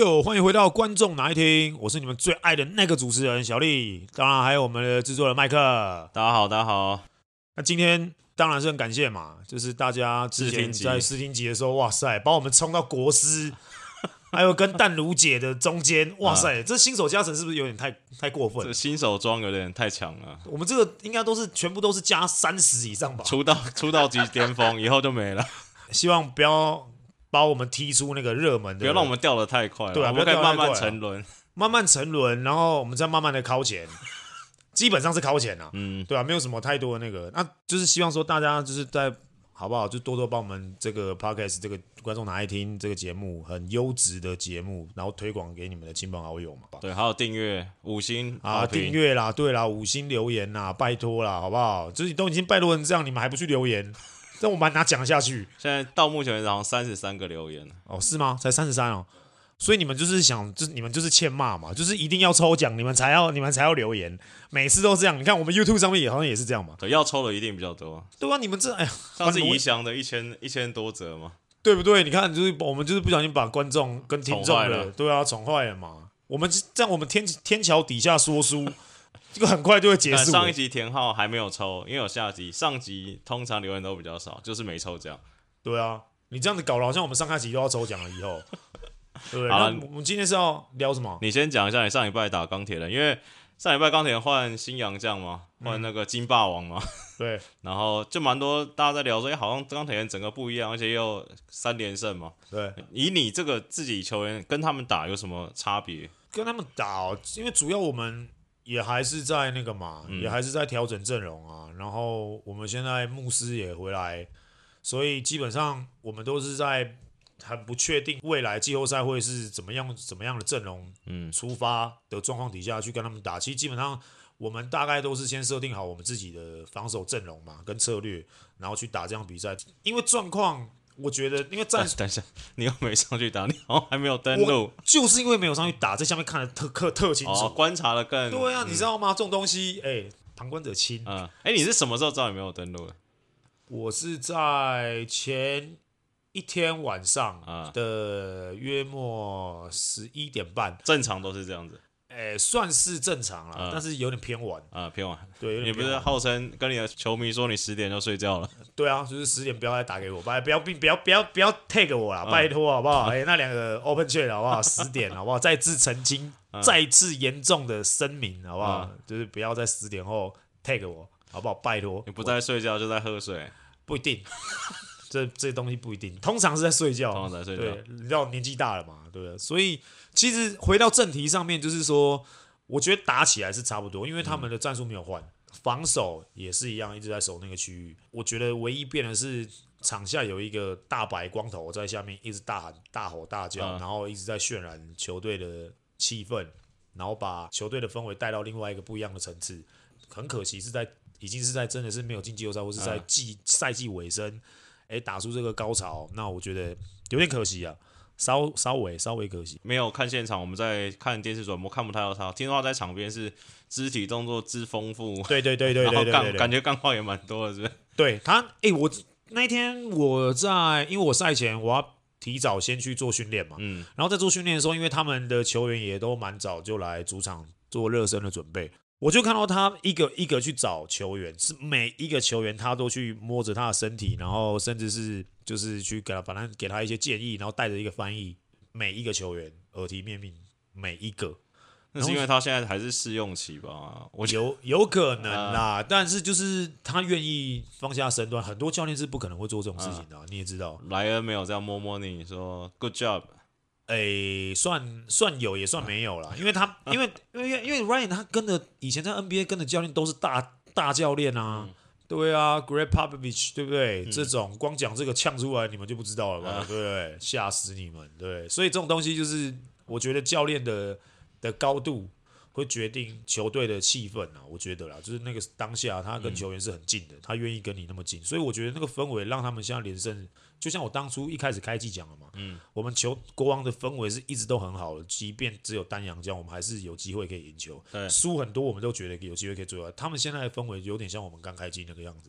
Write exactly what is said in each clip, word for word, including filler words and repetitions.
六，欢迎回到观众哪一听，我是你们最爱的那个主持人小丽，当然还有我们的制作人麦克。 大家好，大家好。 那今天当然是很感谢嘛，就是大家之前在试听集的时候，哇塞，把我们冲到国师，还有跟淡如姐的中间，哇塞，啊、这新手加成是不是有点太太过分了？ 这新手装有点太强了。 我们这个应该都是全部都是加三十以上吧？ 出道出道即巅峰，以后就没了。 希望不要把我们踢出那个热门的， 不要让我们掉得太快了。 对啊， 我们可以慢慢沉沦， 慢慢沉沦，然后我们再慢慢的靠前。基本上是靠前啊， 嗯， 对啊，没有什么太多的那个，那就是希望说大家就是在好不好，就多多帮我们这个 podcast 这个观众哪爱听这个节目很优质的节目，然后推广给你们的亲朋好友嘛。 对，还有订阅五星啊，订阅啦，对啦，五星留言啦，拜托啦，好不好？就是都已经拜托成这样，你们还不去留言，这我们哪讲下去？ 现在到目前为止好像三十三个留言哦，是吗？才三十三哦。所以你们就是想，就是你们就是欠骂嘛，就是一定要抽奖，你们才要，你们才要留言，每次都这样。你看我们 YouTube 上面也好像也是这样嘛。 对，要抽的一定比较多。 对啊，你们这哎呀， 上次宜祥的一千一千多折嘛， 对不对？你看，就是我们就是不小心把观众跟听众的，对啊，宠坏了嘛。我们这样，我们天天桥底下说书，这个很快就会结束。 上一集田浩还没有抽，因为有下集，上集通常留言都比较少，就是没抽奖。 对啊，你这样子搞了，好像我们上下集都要抽奖了以后。对，那我们今天是要聊什么？ 你先讲一下你上礼拜打钢铁人，因为上礼拜钢铁人换新洋将嘛，换那个金霸王嘛， 嗯、对， 然后就蛮多大家在聊说，哎，好像钢铁人整个不一样，而且又三连胜嘛。 对， 以你这个自己球员跟他们打有什么差别？ 跟他们打、哦，因为主要我们也还是在那个嘛，嗯、也还是在调整阵容啊。然后我们现在牧师也回来，所以基本上我们都是在。很不确定未来季后赛会是怎么样怎么样的阵容出发的状况底下去跟他们打，其实基本上我们大概都是先设定好我们自己的防守阵容嘛，跟策略，然后去打这样比赛。因为状况，我觉得因为战术， 等一下，你又没上去打，你好像还没有登录， 就是因为没有上去打，在下面看得特特特清楚， 哦、观察的更对啊，嗯、你知道吗？这种东西，哎、欸，旁观者清。 嗯，哎、欸，你是什么时候知道你没有登录的？ 我是在前。一天晚上的约莫十一点半， 正常都是这样子， 哎，算是正常啦，嗯、但是有点偏晚啊、嗯，偏晚。 对， 你不是号称跟你的球迷说你十点就睡觉了？ 对啊，就是十点不要再打给我，不要不要不要不要不要 tag 我啦，嗯、拜托好不好？哎、欸，那两个 open chat 好不好？十点好不好？再次澄清，嗯、再次严重的声明好不好？嗯、就是不要在十点后 tag 我，好不好？拜托， 你不在睡觉就在喝水， 不一定。这这东西不一定，通常是在睡觉。 通常在睡觉。 对，你知道年纪大了嘛，对不对？所以其实回到正题上面，就是说，我觉得打起来是差不多，因为他们的战术没有换，嗯、防守也是一样，一直在守那个区域。我觉得唯一变的是场下有一个大白光头在下面一直大喊、大吼、大叫，嗯、然后一直在渲染球队的气氛，然后把球队的氛围带到另外一个不一样的层次。很可惜是在已经是在真的是没有进季后赛，或是在季赛季尾声。哎，打出这个高潮，那我觉得有点可惜啊，稍稍微稍微可惜。 没有看现场，我们在看电视转播看不太到他。听说他在场边是肢体动作之丰富， 对对对对对对对， 感觉干话也蛮多的，是不是？ 对他，哎，我那一天我在，因为我赛前我要提早先去做训练嘛，嗯，然后在做训练的时候，因为他们的球员也都蛮早就来主场做热身的准备。我就看到他一个一个去找球员，是每一个球员他都去摸着他的身体，然后甚至是就是去给他，反正给他一些建议，然后带着一个翻译，每一个球员耳提面命，每一个。 那是因为他现在还是试用期吧？我有有可能啦，呃、但是就是他愿意放下身段，很多教练是不可能会做这种事情的、啊，呃、你也知道。 莱恩没有这样摸摸你说 good job。 诶，算算有也算没有啦，因为他因为因为因为 Ryan 他跟的以前在 N B A 跟的教练都是大大教练啊，嗯、对啊 ，Greg Popovich 对不对？嗯、这种光讲这个呛出来，你们就不知道了吧？嗯、对不对？吓死你们，对不对？所以这种东西就是我觉得教练的的高度会决定球队的气氛啊，我觉得啦，就是那个当下他跟球员是很近的，嗯、他愿意跟你那么近，所以我觉得那个氛围让他们现在连胜。就像我当初一开始开季讲了嘛，嗯，我们球国王的氛围是一直都很好的，即便只有单阳将，我们还是有机会可以赢球。输很多我们都觉得有机会可以追回来。他们现在的氛围有点像我们刚开季那个样子，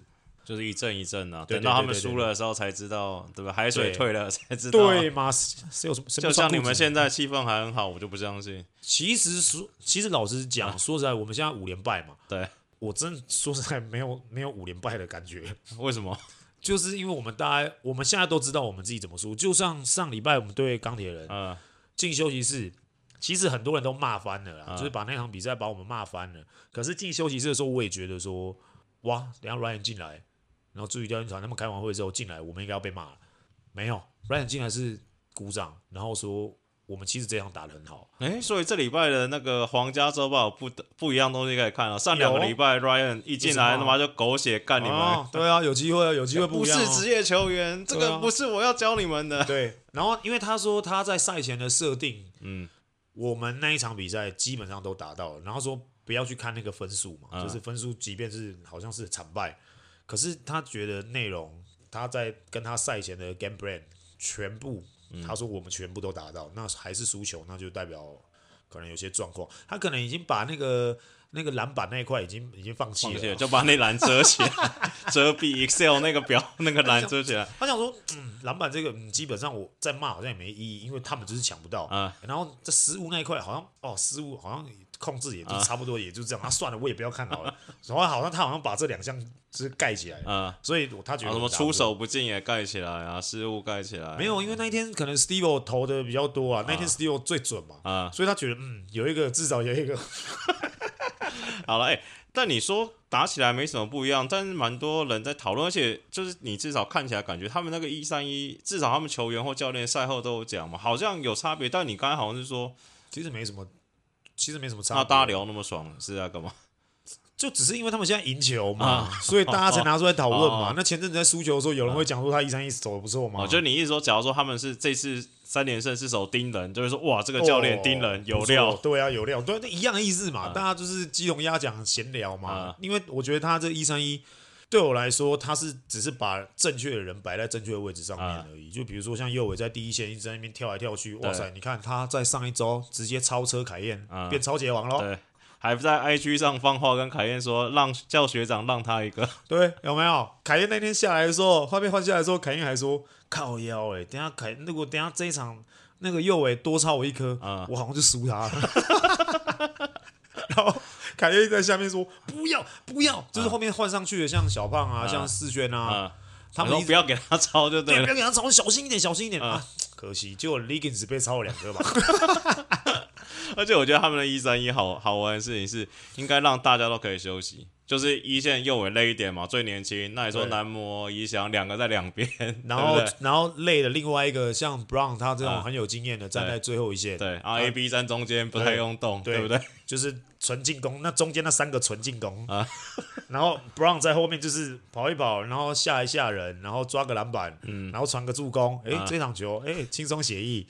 就是一阵一阵啊， 对对对对对等到他们输了的时候才知道，对吧？海水退了才知道。 对嘛？谁有什么？ 就像你们现在气氛还很好，我就不相信。 其实说，其实老实讲，说实在，我们现在五连败嘛。 对， 我真的说实在没有没有五连败的感觉。 为什么？ 就是因为我们大家我们现在都知道我们自己怎么输。就像上礼拜我们对钢铁人嗯进休息室，其实很多人都骂翻了啦， 嗯就是把那场比赛把我们骂翻了。可是进休息室的时候，我也觉得说，哇，等一下 Ryan 进来，然后助理教练团他们开完会之后进来，我们应该要被骂了。没有 ，Ryan 进来是鼓掌，然后说我们其实这场打得很好。 哎、欸，所以这礼拜的那个皇家周报不不一样东西可以看了、哦。上两个礼拜 Ryan 一进来，他妈就狗血干你们、 哦。对啊，有机会，有机会不一样、哦。 不是职业球员，这个不是我要教你们的。 对，然后因为他说他在赛前的设定， 嗯， 我们那一场比赛基本上都达到了，然后说不要去看那个分数嘛， 嗯、 就是分数，即便是好像是惨败，可是他觉得内容，他在跟他赛前的 game plan 全部。他说我们全部都达到，那还是输球，那就代表可能有些状况。他可能已经把那个那个篮板那一块已经已经放弃了， 放弃了就把那栏遮起来，遮蔽 Excel 那个表那个栏遮起来。 他想说，嗯，篮板这个、嗯、基本上我在骂好像也没意义，因为他们就是抢不到。 嗯、 然后这失误那一块好像哦，失误好像控制也就差不多，也就这样。他、嗯啊、算了，我也不要看好了。然后好像他好像把这两项就是盖起来，嗯，所以他觉得、 啊、什么出手不进也盖起来啊，失误盖起来。 没有，因为那一天可能 Steve 投的比较多啊，那天 Steve 最准嘛，啊，所以他觉得嗯，有一个至少有一个。 好了，哎、欸，但你说打起来没什么不一样，但是蛮多人在讨论，而且就是你至少看起来感觉他们那个一三一，至少他们球员或教练赛后都有讲嘛，好像有差别。但你刚才好像是说， 其实没什么，其实没什么差别。 那大家聊那么爽是在干嘛？ 就只是因为他们现在赢球嘛、啊，所以大家才拿出来讨论嘛、啊。那前阵子在输球的时候，有人会讲说他一三一走的不错嘛。 哦，就你意思说，假如说他们是这次三连胜是手盯人，就会说哇，这个教练盯人、哦、有料。 对啊，有料，对，一样的意思嘛。啊、大家就是鸡同鸭讲闲聊嘛、啊。因为我觉得他这一三一对我来说，他是只是把正确的人摆在正确的位置上面而已。啊、就比如说像右伟在第一线一直在那边跳来跳去，哇塞，你看他在上一周直接超车凯燕，啊、变超级王咯。 对。还在 I G 上放话跟凯燕说，让叫学长让他一个。 对，有没有？凯燕那天下来的时候，画面换下来的时候，凯燕还说靠腰哎、欸，等一下凯，如果等一下这一场那个右尾多超我一颗、嗯，我好像就输他了。然后凯燕在下面说不要不要，就是后面换上去的，像小胖啊，嗯、像世轩啊，嗯、 他们不要给他抄就对了， 对，不要给他抄，小心一点，小心一点、嗯、啊！可惜，结果 Liggins 被抄了两颗吧。 而且我觉得他们的一三一好好玩的事情是，应该让大家都可以休息。就是一线右尾累一点嘛，最年轻。那你说南模、宜翔两个在两边， 然后对对然后累的另外一个像 Brown 他这种很有经验的、嗯、站在最后一线， 对，然后 A B 站中间不太用动， 对, 对不对？ 就是纯进攻，那中间那三个纯进攻啊，然后 Brown 在后面就是跑一跑，然后下一下人，然后抓个篮板，嗯，然后传个助攻，哎、啊，这场球哎轻松写意。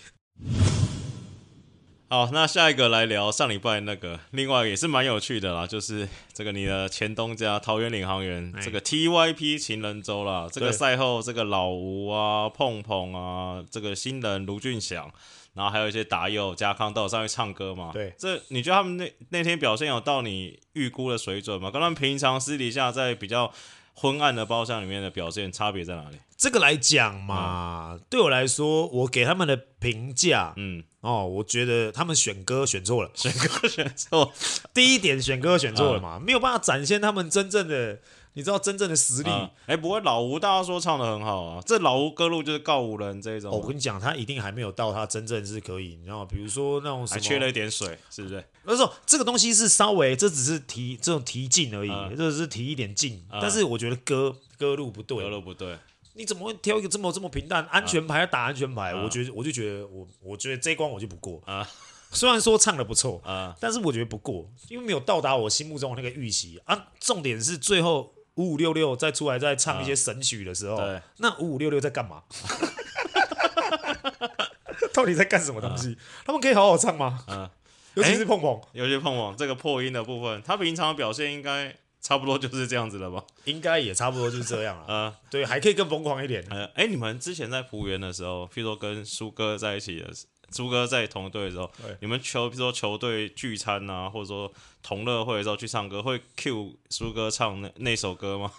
好，那下一个来聊上礼拜那个，另外也是蛮有趣的啦，就是这个你的前东家桃园领航员、欸、这个 T Y P 情人周啦，这个赛后这个老吴啊、碰碰啊，这个新人卢俊祥，然后还有一些打友嘉康都有上去唱歌嘛。 对， 这你觉得他们那那天表现有到你预估的水准吗？跟他们平常私底下在比较昏暗的包厢里面的表现差别在哪里？ 这个来讲嘛、嗯，对我来说，我给他们的评价，嗯，哦，我觉得他们选歌选错了， 选歌选错。 第一点，选歌选错了嘛、嗯，没有办法展现他们真正的，你知道真正的实力。哎、 嗯欸，不过老吴大家说唱的很好啊，这老吴歌路就是告五人这种、 哦。我跟你讲，他一定还没有到他真正是可以，你知道吗？比如说那种什么， 还缺了一点水，是不是？ 那时候这个东西是稍微，这只是提这种提劲而已，嗯、这只是提一点劲、嗯，但是我觉得歌歌路不对， 歌路不对。 你怎么会挑一个这么这么平淡安全牌打安全牌？啊、我觉得我就觉得我我觉得这一关我就不过。啊、虽然说唱的不错、啊，但是我觉得不过，因为没有到达我心目中的那个预期啊。重点是最后五五六六再出来再唱一些神曲的时候，啊、那五五六六在干嘛？到底在干什么东西、啊？他们可以好好唱吗？啊、尤其是碰碰， 尤其是碰碰这个破音的部分，他平常的表现应该。差不多就是这样子了吧， 应该也差不多就是这样了。呃，对，还可以更疯狂一点。 呃，哎、欸，你们之前在福原的时候，譬如说跟苏哥在一起的，苏哥在同队的时候，你们球，譬如说球队聚餐啊，或者说同乐会的时候去唱歌，会 cue 苏哥唱那那首歌吗？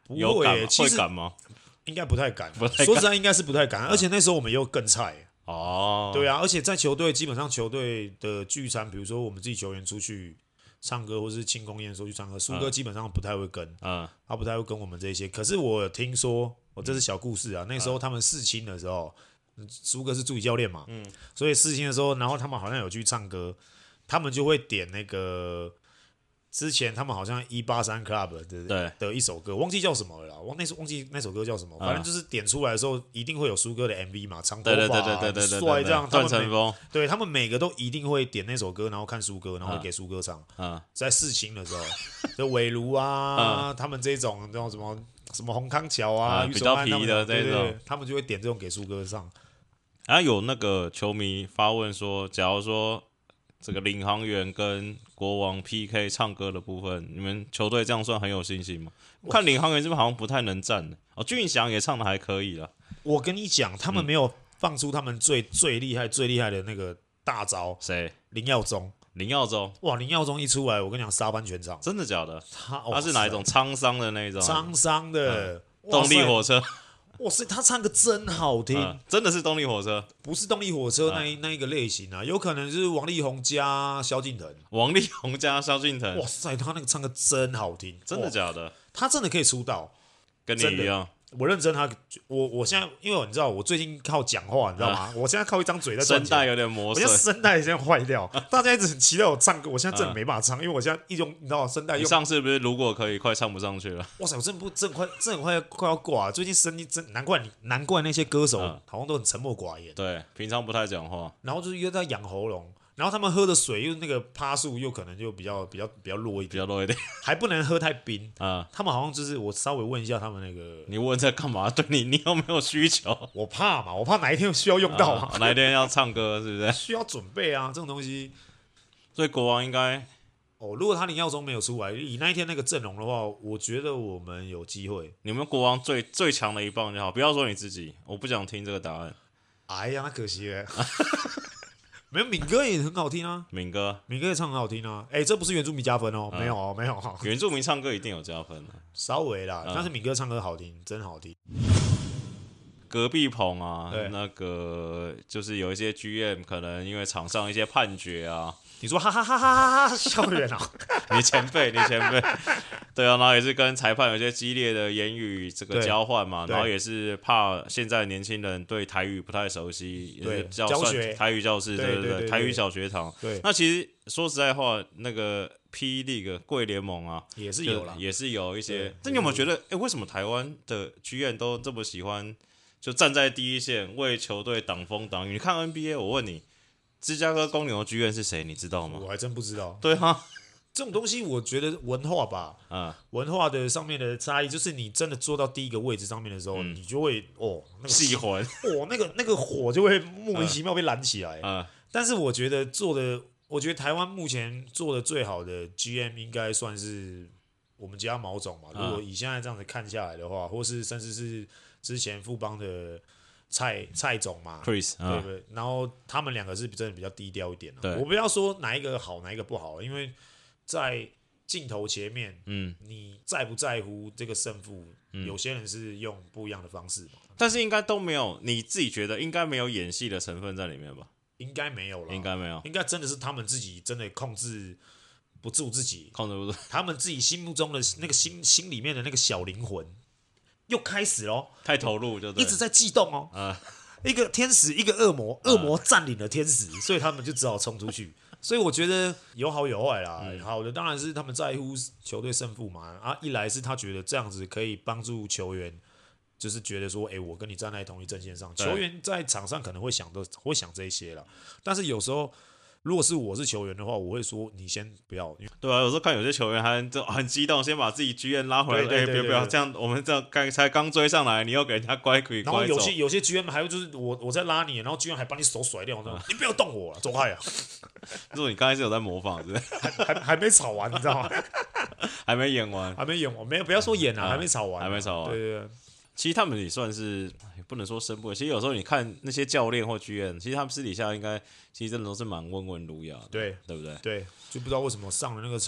不有敢吗？ 会其实会敢吗？ 应该不太敢， 不太敢说实在应该是不太敢，而且那时候我们又更菜。 哦， 对啊，而且在球队基本上球队的聚餐，比如说我们自己球员出去唱歌，或是庆功宴的时候去唱歌，苏哥基本上不太会跟， 嗯， 他不太会跟我们这些。可是我有听说，我这是小故事啊，那时候他们世青的时候，苏哥是助理教练嘛，嗯，所以世青的时候，然后他们好像有去唱歌，他们就会点那个。之前他们好像一八三 Club 的的一首歌，忘记叫什么了啦，忘那忘记那首歌叫什么，反正就是点出来的时候，一定会有苏哥的 M V 嘛，长头发、啊，帅这样。 段成峰， 对他们每个都一定会点那首歌，然后看苏哥，然后给苏哥唱。 嗯， 在世青的时候，就韦如啊，他们这种这种什么什么洪康桥啊， 比较皮的这种， 他们就会点这种给苏哥唱。 然后有那个球迷发问说，假如说。这个领航员跟国王 P K 唱歌的部分，你们球队这样算很有信心吗？看领航员这边好像不太能站的哦，俊祥也唱的还可以啦。 我跟你讲，他们没有放出他们最、嗯、最厉害、最厉害的那个大招。 谁？ 林耀宗。 林耀宗， 哇！林耀宗一出来，我跟你讲，杀翻全场。 真的假的？ 他、哦、 他是哪一种沧桑的那一种？ 沧桑的、 嗯、动力火车。 哇塞，他唱歌真好听、 嗯，真的是动力火车， 不是动力火车那一、嗯、那一个类型啊，有可能是王力宏加萧敬腾。 王力宏加萧敬腾， 哇塞，他那个唱歌真好听， 真的假的？ 他真的可以出道， 跟你一样。 我认真他，我我现在因为你知道，我最近靠讲话，你知道吗？嗯、我现在靠一张嘴在赚钱， 声带有点磨损， 我现在声带现在坏掉。大家一直很期待我唱歌，我现在真的没办法唱，嗯、因为我现在一用，你知道声带用。 你上次不是如果可以快唱不上去了？ 哇塞，我真不真快，真很快快要挂。最近声音真难怪你难怪那些歌手、嗯、好像都很沉默寡言， 对，平常不太讲话， 然后就是又在养喉咙。然后他们喝的水又那个趴数又可能就比较比较比较弱一点， 比较弱一点， 还不能喝太冰啊、嗯。 他们好像就是我稍微问一下他们那个， 你问这干嘛？对你你有没有需求？ 我怕嘛，我怕哪一天需要用到嘛， 啊、哪一天要唱歌是不是？ 需要准备啊，这种东西。 所以国王应该哦，如果他林耀宗没有出来，以那一天那个阵容的话，我觉得我们有机会。 你们国王最最强的一棒就好，不要说你自己，我不想听这个答案。 哎呀，那可惜了。没有，敏哥也很好听啊。 敏哥， 敏哥也唱很好听啊。哎、欸，这不是原住民加分哦，嗯、没有哦，没有、哦。 原住民唱歌一定有加分的、啊， 稍微啦、嗯。但是敏哥唱歌好听，真好听。 隔壁棚啊，那个就是有一些 G M 可能因为场上一些判决啊， 你说哈哈哈哈哈哈，校园啊， 你前辈，你前辈，对啊，然后也是跟裁判有些激烈的言语这个交换嘛，然后也是怕现在年轻人对台语不太熟悉，也是教教学台语教室，对对 对, 对, 对，台语小学堂。 对， 那其实说实在话，那个 P League 贵联盟啊， 也是有啦， 也是有一些。那你有没有觉得，哎、欸，为什么台湾的 G M 都这么喜欢？就站在第一线为球队挡风挡雨。你看 N B A， 我问你，芝加哥公牛剧院是谁？你知道吗？ 我还真不知道。 对哈， 这种东西我觉得文化吧， 嗯， 文化的上面的差异，就是你真的做到第一个位置上面的时候，嗯、你就会哦，那个喜欢， 哦，那个那个火就会莫名其妙被燃起来。 嗯， 但是我觉得做的，我觉得台湾目前做的最好的 G M 应该算是我们家毛总嘛。嗯、如果以现在这样子看下来的话，或是甚至是。之前富邦的蔡蔡总嘛 ，Chris， 对不对？然后他们两个是真的比较低调一点、啊。 对， 我不要说哪一个好，哪一个不好，因为在镜头前面， 嗯， 你在不在乎这个胜负？嗯、有些人是用不一样的方式嘛。 但是应该都没有，你自己觉得应该没有演戏的成分在里面吧？ 应该没有了， 应该没有， 应该真的是他们自己真的控制不住自己， 控制不住他们自己心目中的那个心心里面的那个小灵魂。又开始咯， 太投入就对， 一直在悸动哦。 呃、 一个天使，一个恶魔，恶魔占领了天使，所以他们就只好冲出去。所以我觉得有好有坏啦。嗯、好的当然是他们在乎球队胜负嘛。啊，一来是他觉得这样子可以帮助球员，就是觉得说，哎、欸，我跟你站在同一阵线上。球员在场上可能会想的，会想这些啦。但是有时候。如果是我是球员的话，我会说你先不要。 对啊，有时候看有些球员还就很激动，先把自己 G M 拉回来，哎，不要不要，这样我们这样刚才刚追上来，你又给人家乖鬼乖走。 然后有些有些 G M 还会就是我我在拉你，然后 G M 还把你手甩掉，嗯、你不要动我了，走开啊！ 如果你刚才是有在模仿，是不是？ 还还还没吵完，你知道吗？ 还没演完， 还没演完，没有不要说演啊，嗯、还没吵完、啊， 还没吵完。 对对对。 其实他们也算是不能说生不。其实有时候你看那些教练或 G M， 其实他们私底下应该其实真的都是蛮温文儒雅的， 对对不对？ 对，就不知道为什么上了那个场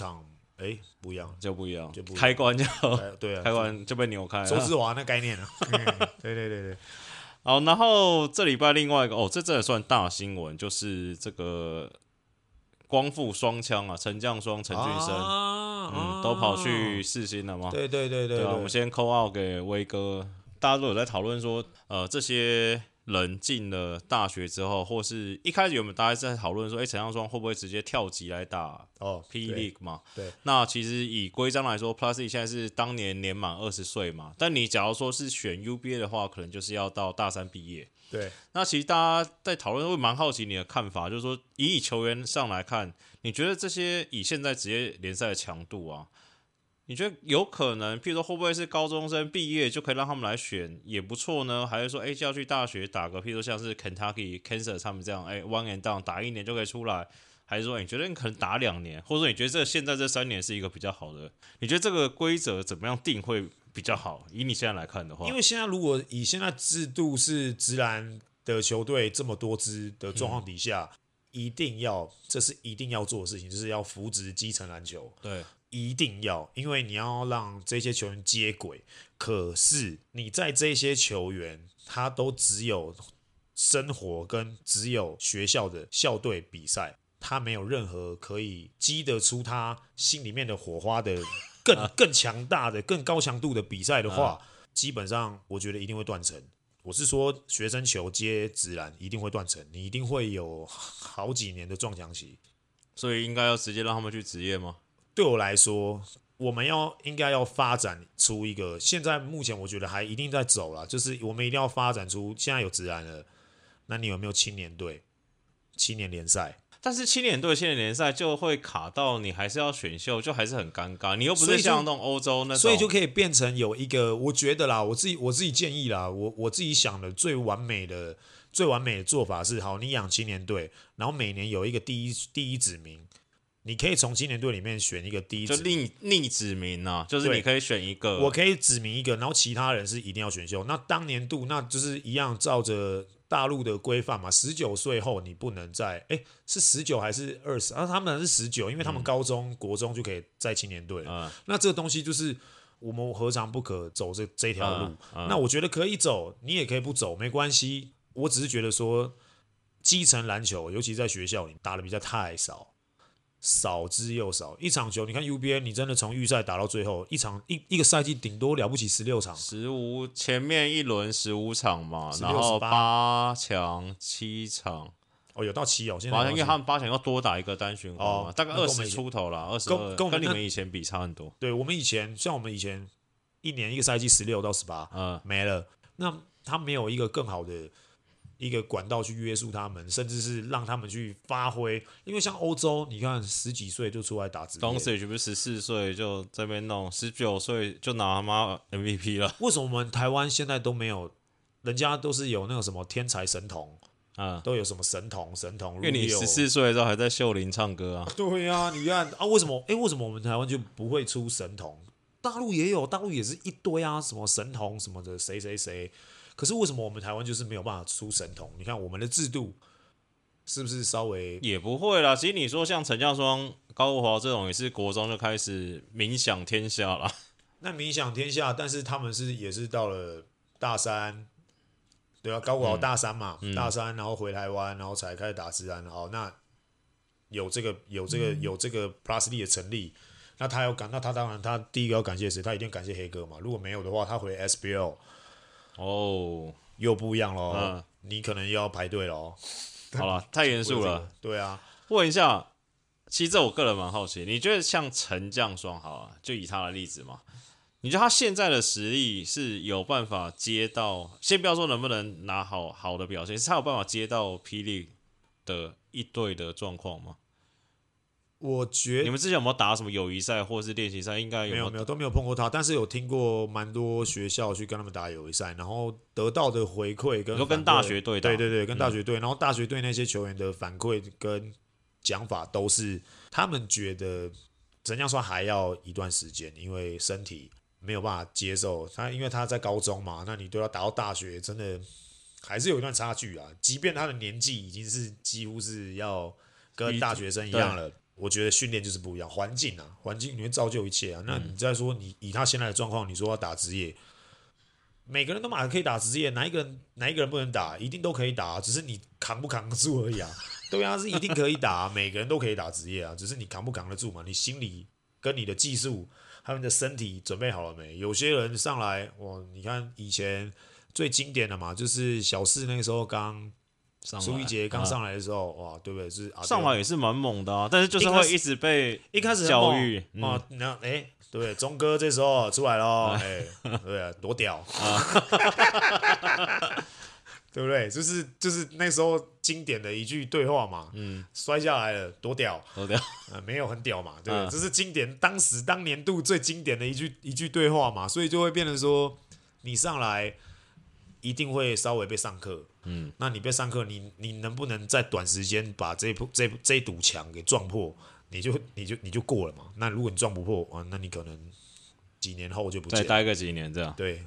哎，不一样， 就不一样， 就不一样开关就对啊， 开关就被扭开了。 周志华那概念啊，对对对对。 好，然后这礼拜另外一个哦，这真的算大新闻，就是这个光复双枪啊，陈将双陈俊生， 啊、 嗯，都跑去世新了吗？ 对对对对对啊，我们先call out给威哥，大家都有在讨论说，呃，这些人进了大学之后，或是一开始有没有大家在讨论说，哎，陈将双会不会直接跳级来打哦 P League 嘛？ 对， 那其实以规章来说 ，Plus E 现在是当年年满二十岁嘛，但你假如说是选 U B A 的话，可能就是要到大三毕业。 对， 那其实大家在讨论会蛮好奇你的看法，就是说以以球员上来看，你觉得这些以现在职业联赛的强度啊，你觉得有可能，譬如说会不会是高中生毕业就可以让他们来选也不错呢？还是说，哎，就要去大学打个，譬如说像是 Kentucky、Kansas 他们这样，哎，one and down 打一年就可以出来？还是说你觉得你可能打两年，或者说你觉得这现在这三年是一个比较好的？你觉得这个规则怎么样定会比较好？以你现在来看的话， 因为现在如果以现在制度是直男的球队这么多支的状况底下，嗯、一定要这是一定要做的事情，就是要扶植基层篮球。 对， 一定要，因为你要让这些球员接轨。可是你在这些球员，他都只有生活跟只有学校的校队比赛。他没有任何可以激得出他心里面的火花的更更强大的、更高强度的比赛的话，基本上我觉得一定会断层。我是说，学生球接职篮一定会断层，你一定会有好几年的撞墙期。 所以应该要直接让他们去职业吗？ 对我来说，我们要应该要发展出一个，现在目前我觉得还一定在走啦，就是我们一定要发展出现在有职篮了，那你有没有青年队、青年联赛？ 但是青年队青年联赛就会卡到你还是要选秀，就还是很尴尬。你又不是像那种欧洲那种， 所以就可以变成有一个，我觉得啦，我自己我自己建议啦，我我自己想的最完美的最完美的做法是，好，你养青年队，然后每年有一个第一第一指名，你可以从青年队里面选一个第一指名， 就逆逆指名啊，就是你可以选一个， 我可以指名一个，然后其他人是一定要选秀。那当年度那就是一样照着大陆的规范嘛，十九岁后你不能再，哎，是十九还是二十？啊，他们是十九，因为他们高中、嗯、国中就可以在青年队了、嗯。那这个东西就是我们何尝不可走这这条路、嗯嗯？那我觉得可以走，你也可以不走，没关系。我只是觉得说，基层篮球，尤其在学校里打的比较太少。少之又少，一场球，你看 U B A， 你真的从预赛打到最后，一场一一个赛季顶多了不起十六场， 十五前面一轮十五场嘛，然后八强七场， 哦，有到七哦，现在八强，因为他们八强要多打一个单循环嘛，哦、大概二十出头啦，二十二， 跟跟你们以前比差很多。 对，我们以前像我们以前一年一个赛季十六到十八，嗯，没了，那他没有一个更好的。一个管道去约束他们，甚至是让他们去发挥。因为像欧洲，你看十几岁就出来打职业， 东西不是十四岁就这边弄，十九岁就拿他妈 M V P 了。 为什么我们台湾现在都没有？人家都是有那个什么天才神童，嗯，都有什么神童神童。 因为你十四岁的时候还在秀林唱歌啊。 对啊，你看啊，为什么？哎，为什么我们台湾就不会出神童？大陆也有，大陆也是一堆啊，什么神童什么的，谁谁谁。可是为什么我们台湾就是没有办法出神童？你看我们的制度是不是稍微也不会啦？其实你说像陈将双、高国豪这种也是国中就开始名响天下了。 那名响天下，但是他们是也是到了大三，对啊，高国豪大三嘛，嗯、大三然后回台湾，然后才开始打职篮。好，那有这个有这个、嗯、有这个 Plus D 的成立，那他要感，那他当然他第一个要感谢谁？他一定感谢黑哥嘛。如果没有的话，他回 S B L。哦，又不一样喽、嗯，你可能又要排队喽。 好了，太严肃了、 這個。对啊， 问一下，其实这我个人蛮好奇，你觉得像陈将双好啊，就以他的例子嘛，你觉得他现在的实力是有办法接到？先不要说能不能拿好好的表现，是他有办法接到霹雳的一队的状况吗？ 我觉得你们之前有没有打什么友谊赛或是练习赛？应该有没有没有都没有碰过他，但是有听过蛮多学校去跟他们打友谊赛，然后得到的回馈跟你说跟大学队打， 对对对，跟大学队、嗯，然后大学队那些球员的反馈跟讲法都是他们觉得陈将双还要一段时间，因为身体没有办法接受他，因为他在高中嘛，那你都要打到大学，真的还是有一段差距啊。即便他的年纪已经是几乎是要跟大学生一样了。 我觉得训练就是不一样，环境啊，环境你会造就一切啊。那你再说你以他现在的状况，你说要打职业，每个人都马上可以打职业，哪一个人哪一个人不能打？一定都可以打，只是你扛不扛得住而已啊。对啊，是一定可以打，每个人都可以打职业啊，只是你扛不扛得住嘛？你心理跟你的技术，还有你的身体准备好了没？有些人上来，哇，你看以前最经典的嘛，就是小四那个时候刚。苏一杰刚上来的时候，哇，对不对？是上来也是蛮猛的啊，但是就是会一直被一开始教育哦，那哎，对，钟哥这时候出来了，哎，对，多屌啊，对不对？就是就是那时候经典的一句对话嘛，嗯，摔下来了，多屌， 多屌， 呃，没有很屌嘛，对，这是经典，当时当年度最经典的一句一句对话嘛，所以就会变成说，你上来一定会稍微被上课。嗯，那你被上课，你你能不能在短时间把这一这这一堵墙给撞破？你就你就你就过了嘛。那如果你撞不破啊，那你可能几年后就不见了， 再待个几年这样。 对。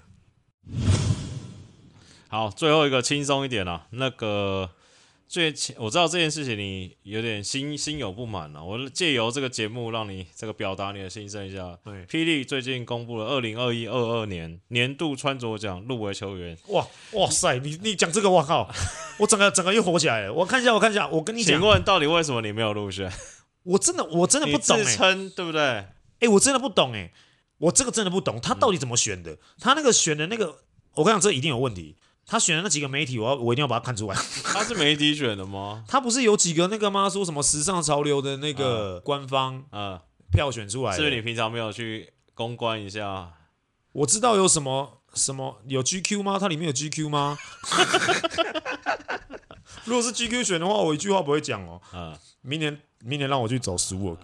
好，最后一个轻松一点啦，那个最我知道这件事情你有点心心有不满了，我借由这个节目让你这个表达你的心声一下。霹雳最近公布了二零二一二二年年度穿着奖入围球员。 哇哇塞，你你讲这个，我靠，我整个整个又火起来了。我看一下，我看一下，我跟你讲， 请问到底为什么你没有入选？ 我真的我真的不懂、欸， 你自称对不对？哎、 欸，我真的不懂哎、欸，我这个真的不懂，他到底怎么选的？嗯、他那个选的那个，我跟你讲，这一定有问题。他选的那几个媒体，我要我一定要把它看出来。 他是媒体选的吗？ 他不是有几个那个吗？说什么时尚潮流的那个官方啊票选出来的？ 是不是你平常没有去公关一下？ 我知道有什么什么有 G Q 吗？它里面有 G Q 吗？如果是 G Q 选的话，我一句话不会讲哦。嗯，明年明年让我去走 Swag。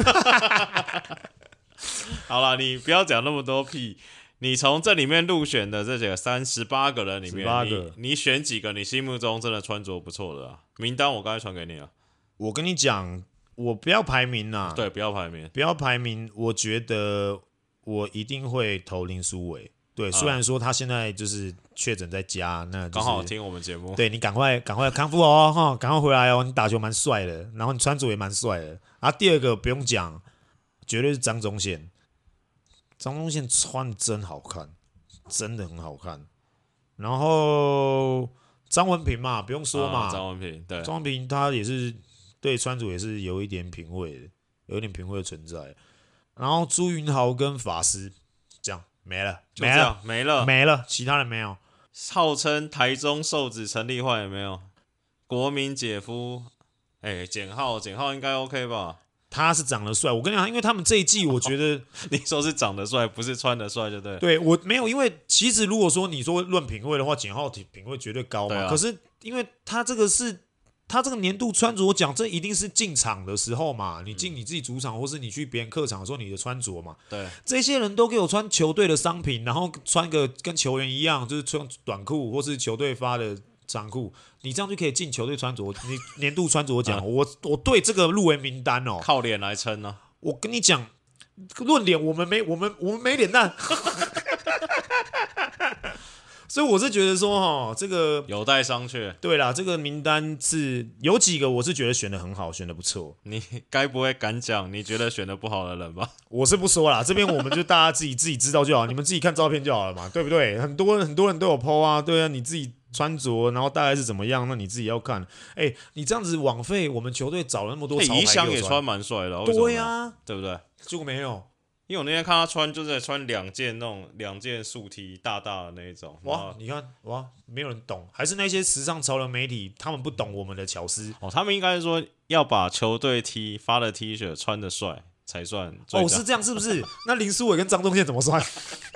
好啦，你不要讲那么多屁。你从这里面入选的这几个三十八个人里面，你你选几个你心目中真的穿着不错的啊？名单我刚才传给你了。 我跟你讲，我不要排名啦。 对，不要排名， 不要排名。我觉得我一定会投林书伟。对，虽然说他现在就是确诊在家，那刚、就是、好听我们节目。 对你赶快赶快康复哦，哈，赶快回来哦。你打球蛮帅的，然后你穿着也蛮帅的。然后第二个不用讲，绝对是张宗宪。张宗宪穿真好看，真的很好看。然后张文平嘛，不用说嘛， 啊、张文平对， 张文平他也是对穿着也是有一点品味的，有一点品味的存在。然后朱云豪跟法师这样没了， 没了，没了， 没了，其他人没有。 号称台中瘦子陈立焕有没有？国民姐夫，哎、欸，简浩，简浩应该 OK 吧？ 他是长得帅，我跟你讲，因为他们这一季，我觉得、哦、 你说是长得帅，不是穿得帅，就对。 对我没有，因为其实如果说你说论品味的话，简浩品味绝对高嘛。啊、可是因为他这个是他这个年度穿着奖，这一定是进场的时候嘛，你进你自己主场，或是你去别人客场的时候，你的穿着嘛。 对， 这些人都给我穿球队的商品，然后穿个跟球员一样，就是穿短裤或是球队发的长裤，你这样就可以进球队穿着，你年度穿着奖、嗯。我我对这个入围名单哦， 靠脸来撑呢、啊。 我跟你讲，论脸我们没我们我们没脸蛋，所以我是觉得说哈，这个有待商榷。 对啦，这个名单是有几个我是觉得选的很好，选的不错。 你该不会敢讲你觉得选的不好的人吧？ 我是不说啦，这边我们就大家自己自己知道就好，你们自己看照片就好了嘛，对不对？很多很多人都有 po 啊，对啊，你自己穿着，然后大概是怎么样，那你自己要看。哎、欸，你这样子枉费我们球队找了那么多潮牌。 宜乡也穿蛮帅的， 对呀、啊， 对不对？ 结果没有。 因为我那天看他穿，就是穿两件那种两件素 T 大大的那一种。 哇，你看哇，没有人懂，还是那些时尚潮流媒体，他们不懂我们的巧思。 哦，他们应该是说要把球队 T 发的 T 恤穿得帅才算最大。 哦，是这样是不是？那林书伟跟张宗宪怎么算？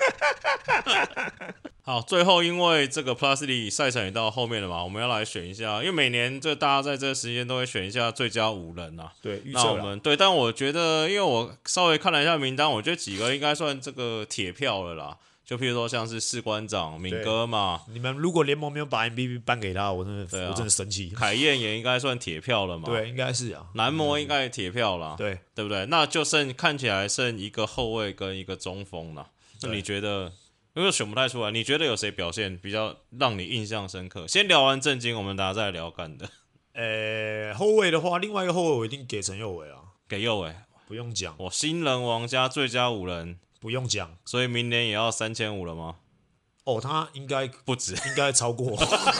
好，最后因为这个 Plus League 赛程也到后面了嘛，我们要来选一下，因为每年这大家在这个时间都会选一下最佳五人啊。 对，预测那我们对，但我觉得，因为我稍微看了一下名单，我觉得几个应该算这个铁票了啦。就譬如说像是士官长敏哥嘛， 你们如果联盟没有把 M V P 颁给他，我真的、啊、我真的生气。 凯燕也应该算铁票了嘛， 对，应该是啊。 男模应该也铁票了， 对对不对？那就剩看起来剩一个后卫跟一个中锋了。那你觉得？因为选不太出来，你觉得有谁表现比较让你印象深刻？先聊完正经，我们大家再来聊干的。 呃，后卫的话，另外一个后卫我一定给陈佑伟啊。 给右伟， 不用讲， 我新人王加最佳五人， 不用讲， 所以明年也要三千五了吗？ 哦，他应该不止， 应该超过。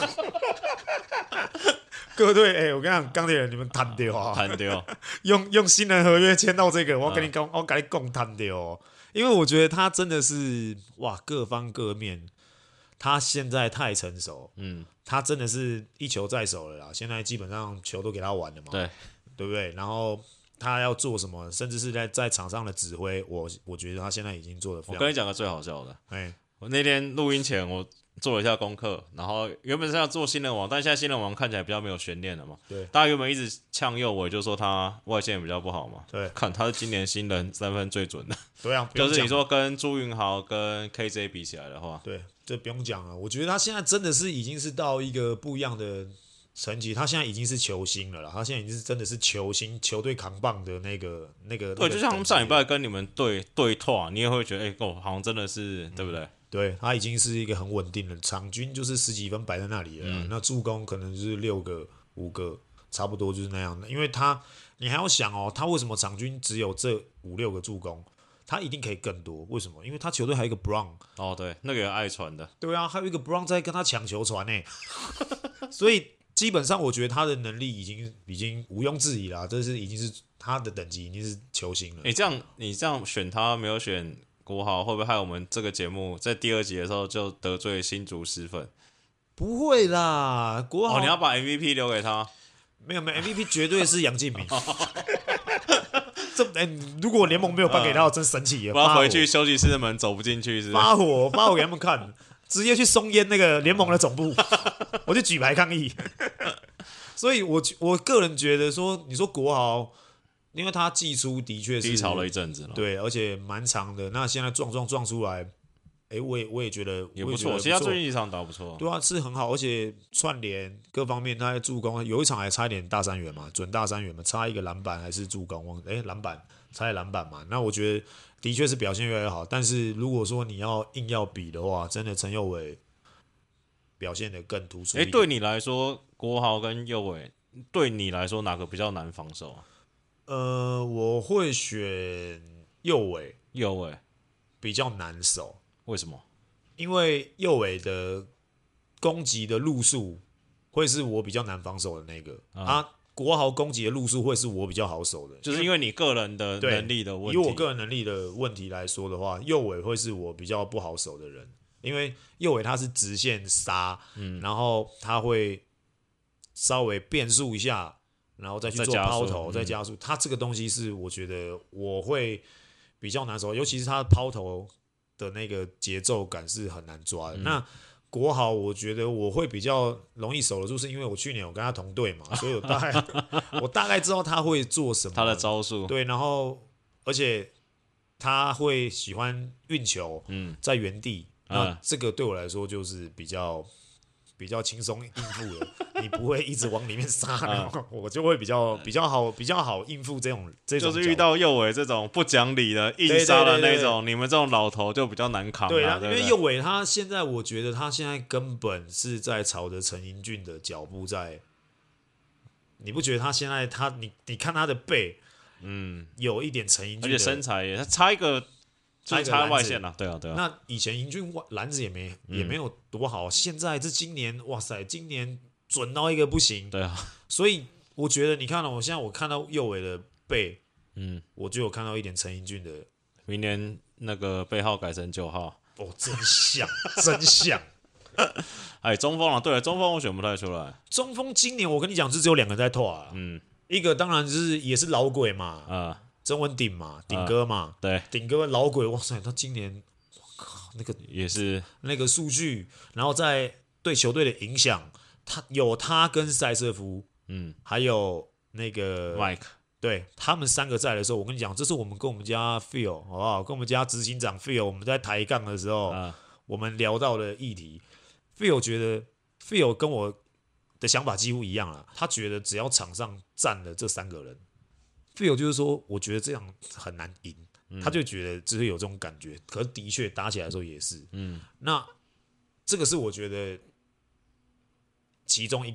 各队，哎、欸，我跟你讲，钢铁人你们谈掉啊， 谈掉， 用用新人合约签到这个，我跟你讲，我跟你讲谈掉，因为我觉得他真的是哇，各方各面，他现在太成熟，嗯，他真的是一球在手了啦，现在基本上球都给他玩了嘛， 对， 对不对？然后他要做什么，甚至是在在场上的指挥，我我觉得他现在已经做的非常。 我跟你讲个最好笑的， 哎、欸， 我那天录音前我。做了一下功课，然后原本是要做新人王，但现在新人王看起来比较没有悬念了嘛。 对， 大家原本一直呛右伟，就说他外线比较不好嘛。 对， 看他是今年新人三分最准的。 对啊， 就是你说跟朱云豪跟 K J 比起来的话， 对，这不用讲了。我觉得他现在真的是已经是到一个不一样的层级，他现在已经是球星了啦。他现在已经是真的是球星，球队扛棒的那个那个。 对， 那个就像他们上礼拜跟你们对对话，你也会觉得，哎、欸，哦，好像真的是，嗯、对不对？ 对，他已经是一个很稳定的场均，就是十几分摆在那里了、嗯。那助攻可能就是六个、五个，差不多就是那样的。因为他，你还要想哦，他为什么场均只有这五六个助攻？他一定可以更多。为什么？因为他球队还有一个 Brown。 哦，对，那个也爱传的。 对啊，还有一个 Brown 在跟他抢球传呢。所以基本上，我觉得他的能力已经已经毋庸置疑了。这是已经是他的等级，已经是球星了。 你这样，你这样选他，没有选国豪，会不会害我们这个节目在第二集的时候就得罪新竹师粉？ 不会啦，国豪、 哦，你要把 M V P 留给他？ 没有没有 ，M V P 绝对是杨敬敏。这哎、欸，如果联盟没有颁给他，我真生气了。 我要回去休息室的门走不进去是不是？ 发火发火给他们看，直接去松烟那个联盟的总部，我就举牌抗议。所以我我个人觉得说，你说国豪。因为他季初的确是低潮了一阵子了， 对，而且蛮长的。那现在撞撞撞出来，哎、欸，我也我也觉得也不错。其实他最近一场打不错， 对啊，是很好，而且串联各方面，他在助攻，有一场还差一点大三元嘛，准大三元嘛，差一个篮板还是助攻，忘哎、欸、篮板差篮板嘛。那我觉得的确是表现越来越好，但是如果说你要硬要比的话，真的陈佑伟表现得更突出。 哎、欸，对你来说，国豪跟佑伟，对你来说哪个比较难防守啊？ 呃，我会选右尾， 右尾比较难守。 为什么？ 因为右尾的攻击的路数会是我比较难防守的那个、嗯、啊，国豪攻击的路数会是我比较好守的， 就是因为你个人的能力的问题。 以我个人能力的问题来说的话，右尾会是我比较不好守的人，因为右尾他是直线杀，嗯，然后他会稍微变速一下。然后再去做抛投，再加速，它这个东西是我觉得我会比较难守，尤其是它的抛投的那个节奏感是很难抓的。嗯、那国豪，我觉得我会比较容易守得住，是因为我去年我跟他同队嘛，所以我大概我大概知道他会做什么， 他的招数。 对，然后而且他会喜欢运球，嗯，在原地，那这个对我来说就是比较。比较轻松应付了，你不会一直往里面杀，然后我就会比较比较好比较好应付这种这种。 就是遇到右尾这种不讲理的硬杀的那种，你们这种老头就比较难扛、啊。 对啊， 对因为右尾他现在，我觉得他现在根本是在朝着陈英俊的脚步在。你不觉得他现在他你你看他的背，嗯，有一点陈英俊， 而且身材也他差一个。就是差外线了，对啊，对啊。 那以前英俊篮子也没、嗯、也没有多好，现在这今年哇塞，今年准到一个不行， 对啊。 所以我觉得你看了，我现在我看到右尾的背，嗯，我就有看到一点陈英俊的。 明年那个背号改成九号， 哦，真像，真像。 哎，中锋啊，对了，中锋我选不太出来。 中锋今年我跟你讲是只有两个在拓啊，嗯，一个当然就是也是老鬼嘛，啊、嗯。曾文鼎嘛，鼎哥嘛， 呃、对， 鼎哥老鬼，哇塞，他今年，我靠，那个也是那个数据，然后在对球队的影响，他有他跟塞瑟夫，嗯，还有那个 Mike， 对他们三个在的时候，我跟你讲，这是我们跟我们家 Phil 好不好？跟我们家执行长 Phil， 我们在抬杠的时候，呃、我们聊到的议题 ，Phil 觉得 Phil 跟我的想法几乎一样啊，他觉得只要场上站了这三个人。Phil 就是说，我觉得这样很难赢、嗯，他就觉得只是有这种感觉。可是的确打起来的时候也是，嗯，那这个是我觉得其中一个啦，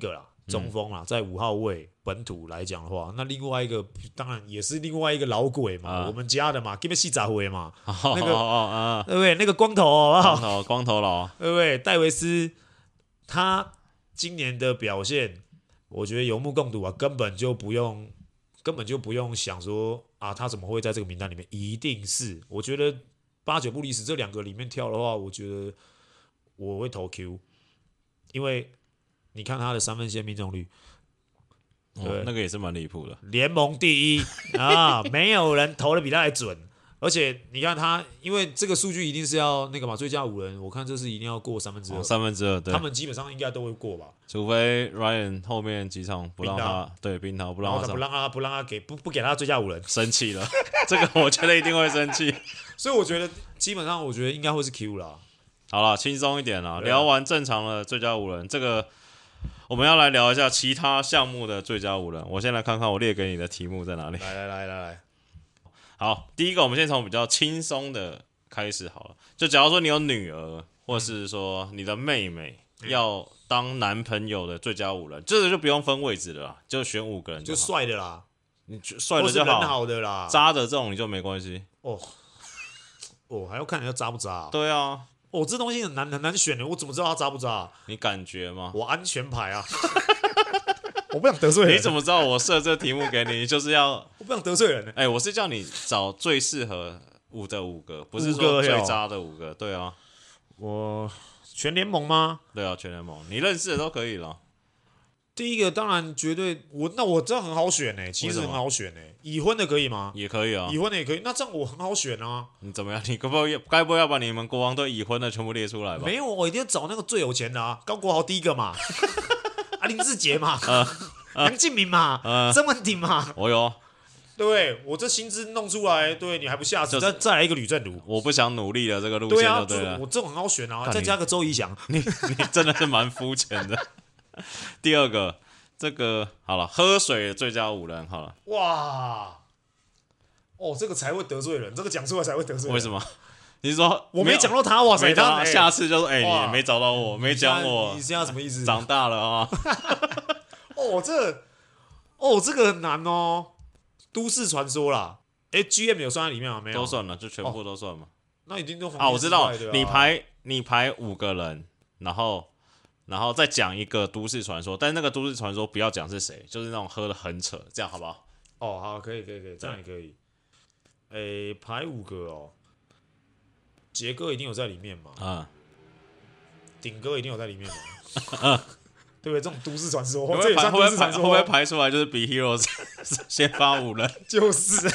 中锋啦，在五号位本土来讲的话，那另外一个当然也是另外一个老鬼嘛， 啊我们家的嘛，基本细杂回嘛， 那个哦对不对？那个光头好不好？ 光头光头佬， 对不对？戴维斯他今年的表现，我觉得有目共睹啊，根本就不用，根本就不用想说啊，他怎么会在这个名单里面？一定是，我觉得八九不离十，这两个里面跳的话，我觉得我会投 Q， 因为你看他的三分线命中率， 哦、那个也是蛮离谱的， 联盟第一啊，没有人投的比他还准。而且你看他，因为这个数据一定是要那个嘛，最佳五人，我看这是一定要过三分之二、 哦，三分之二，对， 他们基本上应该都会过吧， 除非 Ryan 后面几场不让他，对冰涛不让他上， 不让他不让他给不不给他最佳五人， 生气了，这个我觉得一定会生气， 所以我觉得基本上我觉得应该会是 Q 啦。 好啦，轻松一点啦， 啊聊完正常的最佳五人，这个我们要来聊一下其他项目的最佳五人。我先来看看我列给你的题目在哪里。 来来来来来， 好，第一个我们先从比较轻松的开始好了。就假如说你有女儿，或是说你的妹妹要当男朋友的最佳五人，这个就不用分位置了啦，就选五个人就就好， 帅的啦， 你帅的就或是人好， 好的啦， 渣的这种你就没关系。 哦哦，还要看人家渣不渣、啊。 对啊， 哦，这东西很难很难选的，我怎么知道他渣不渣、啊？ 你感觉吗？ 我安全牌啊，我不想得罪人。 你怎么知道我设这题目给你就是要？ 我不想得罪人呢、 哎、欸，我是叫你找最适合五的五个，不是五个说最渣的五个。对啊， 我全联盟吗？ 对啊，全联盟你认识的都可以了。 第一个当然绝对，我那我这样很好选呢、欸，其实很好选呢、欸。已婚的可以吗？ 也可以啊， 已婚的也可以，那这样我很好选啊。 你怎么样？你该不会该不会要把你们国王队已婚的全部列出来吧？ 没有，我一定要找那个最有钱的啊，高国豪第一个嘛，啊林志杰嘛， 呃梁敬敏嘛， 呃曾文鼎嘛， 我有， 对不对？我这薪资弄出来，对你还不下就次，再再来一个吕正如， 我不想努力的这个路对啊， 线就对了。 这我这种很好选啊， 干再加个周怡翔， 你你真的是蛮肤浅的。第二个，这个好了，喝水的最佳五人好了， 哇，哦，这个才会得罪人，这个讲出来才会得罪人。 为什么？你是说我没讲到他，哇塞， 没讲到， 他下次就说，哎、 哇你没找到我，没讲我你，现在什么意思？ 长大了啊。 哦，这哦这个很难哦，都市传说啦。哎，G M 有算在里面吗？没有， 都算了，就全部都算嘛。 那一定都啊，我知道， 啊你排你排五个人，然后然后再讲一个都市传说，但是那个都市传说不要讲是谁，就是那种喝的很扯，这样好不好？ 哦，好，可以，可以，可以，这样也可以。诶，排五个哦，杰哥一定有在里面嘛？ 啊、 顶哥一定有在里面嘛？对不对？这种都市传说，这也会不会排算都市传说， 会不会排会不会排出来就是比 Heroes 先发五人？ 就是，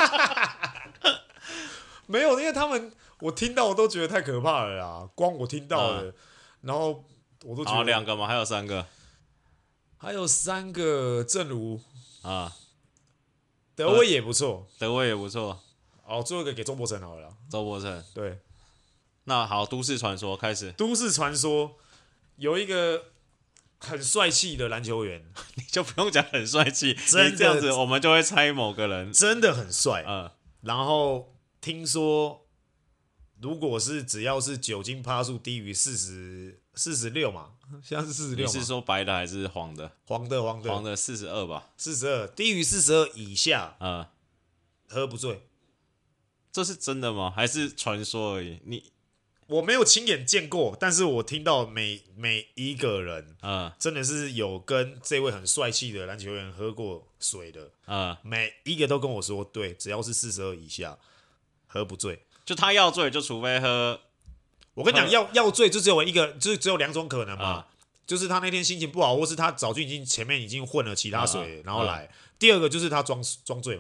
没有，因为他们我听到我都觉得太可怕了啦，光我听到了， 嗯然后我都觉好， 得两个吗？还有三个还有三个，正如啊， 德威也不错， 德威也不错， 哦，最后一个给周伯成好了啦， 周伯成。 对， 那好，都市传说开始， 都市传说有一个很帅气的篮球员， 你就不用讲很帅气， 真的你这样子我们就会猜某个人。 真的很帅， 嗯， 然后听说，如果是只要是酒精趴数低于四十四十六嘛，现在是四十你六， 是说白的还是黄的？ 黄的黄的黄的四十二吧。 四十二，低于四十二以下嗯， 喝不醉。 这是真的吗？还是传说而已？你我没有亲眼见过，但是我听到每每一个人嗯真的是有跟这位很帅气的篮球员喝过水的， 嗯， 每一个都跟我说，对，只要是四十二以下喝不醉。 就他要醉，就除非喝我跟你讲，要要醉就只有一个，就只有两种可能嘛， 嗯就是他那天心情不好，或是他早就已经前面已经混了其他水， 嗯然后来。第二个就是他装装醉嘛，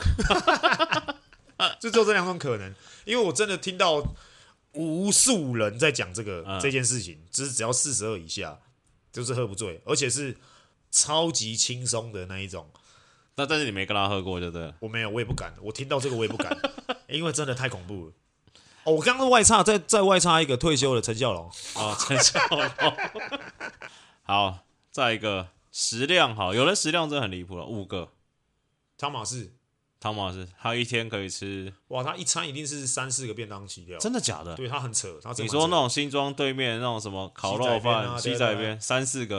就只有这两种可能。因为我真的听到无数人在讲这个、 嗯这件事情，就是只要四十二以下就是喝不醉，而且是超级轻松的那一种。 那但是你没跟他喝过，就对了。 我没有，我也不敢。我听到这个我也不敢，因为真的太恐怖了。哦，我刚刚外插，再再外插一个退休的陈孝龙。 哦，陈孝龙。好，再一个食量好，有人食量真的很离谱了，五个。 汤马士， 汤马斯他一天可以吃， 哇，他一餐一定是三四个便当起跳。 真的假的？ 对他很扯，他真的你很扯说那种新庄对面那种什么烤肉饭、 西仔边啊对西仔边，三四个，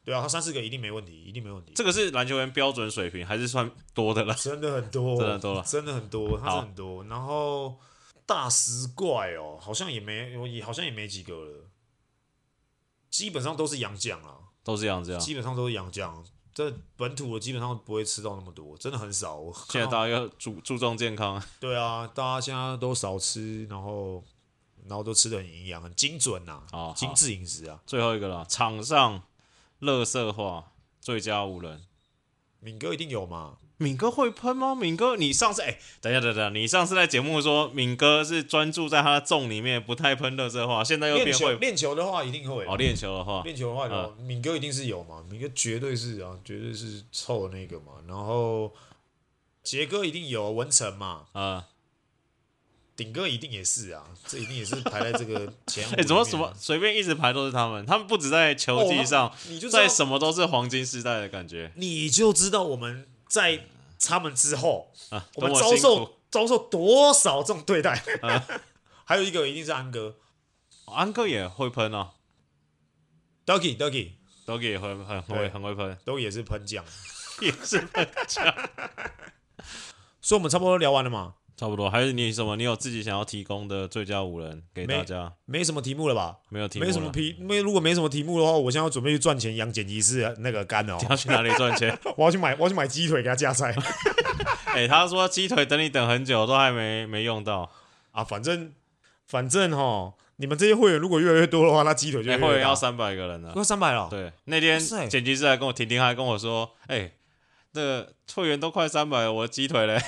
对啊，他三四个一定没问题，一定没问题。 这个是篮球员标准水平，还是算多的了？ 真的很多， 真的多了， 真的很多，他是很多。然后大石怪哦，好像也没，好像也没几个了，基本上都是洋将啊， 都是这样这样， 基本上都是洋将。这本土的基本上不会吃到那么多，真的很少。 现在大家要注注重健康。 对啊，大家现在都少吃，然后然后都吃的很营养，很精准呐、 哦， 精致饮食啊。 最后一个啦，场上垃圾话最佳五人， 敏哥一定有嘛？ 敏哥会喷吗？敏哥，你上次哎、欸，等一下等一下，你上次在节目说敏哥是专注在他的粽里面，不太喷垃圾话，现在又变会练球的话一定会。 哦，练球的话， 练球的话有，敏、嗯、哥一定是有嘛，敏哥绝对是啊，绝对是臭的那个嘛。然后杰哥一定有，文成嘛， 啊、嗯， 顶哥一定也是啊，这一定也是排在这个前五。哎、 欸，怎么什么随便一直排都是他们，他们不止在球技上，哦、 你就在什么都是黄金时代的感觉。 你就知道我们在他们之后， 啊、 我们遭受遭受多少这种对待。啊、还有一个一定是安哥， 哦、安哥也会喷哦。 Dougie Dougie Dougie 也会很会很会喷 ，Dougie 也是喷将， 也是喷将。 所以我们差不多聊完了嘛。 差不多，还是你什么？你有自己想要提供的最佳五人给大家？ 没, 没什么题目了吧？ 没有题目了， 没什么题。没如果没什么题目的话，我现在要准备去赚钱养剪辑师那个肝哦。 你要去哪里赚钱？ 我要去买，我要去买鸡腿给他加菜。 哎、欸，他说鸡腿等你等很久，都还没没用到啊。反正反正哈，你们这些会员如果越来越多的话，那鸡腿就越来越大。 欸、会员要三百个人了， 要三百了。 对，那天剪辑师还跟我婷婷还跟我说，哎、欸，这个会员都快三百了，我的鸡腿嘞。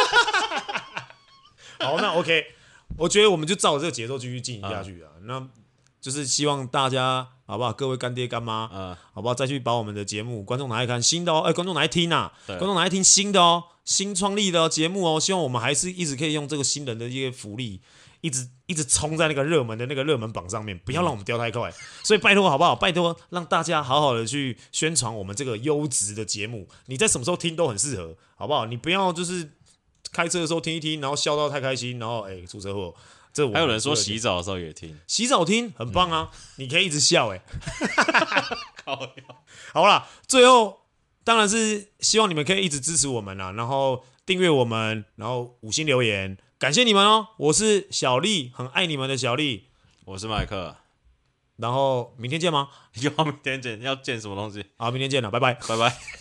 好，那 OK， 我觉得我们就照这个节奏继续进行下去啊。嗯、那就是希望大家好不好？各位干爹干妈，嗯，好不好？再去把我们的节目，观众拿来看新的哦，哎、欸，观众拿来听啊，观众拿来听新的哦，新创立的节目哦。希望我们还是一直可以用这个新人的一些福利，一直一直冲在那个热门的那个热门榜上面，不要让我们掉太快。嗯、所以拜托好不好？拜托让大家好好的去宣传我们这个优质的节目，你在什么时候听都很适合，好不好？你不要就是。开车的时候听一听，然后笑到太开心，然后哎、欸、出车祸。这我还有人说洗澡的时候也听， 洗澡听很棒啊，嗯、你可以一直笑哎、欸。好啦，最后当然是希望你们可以一直支持我们啦，然后订阅我们，然后五星留言，感谢你们哦。我是小丽，很爱你们的小丽。 我是麦克， 然后明天见吗？ 要明天见，要见什么东西？ 好，明天见了，拜拜， 拜拜。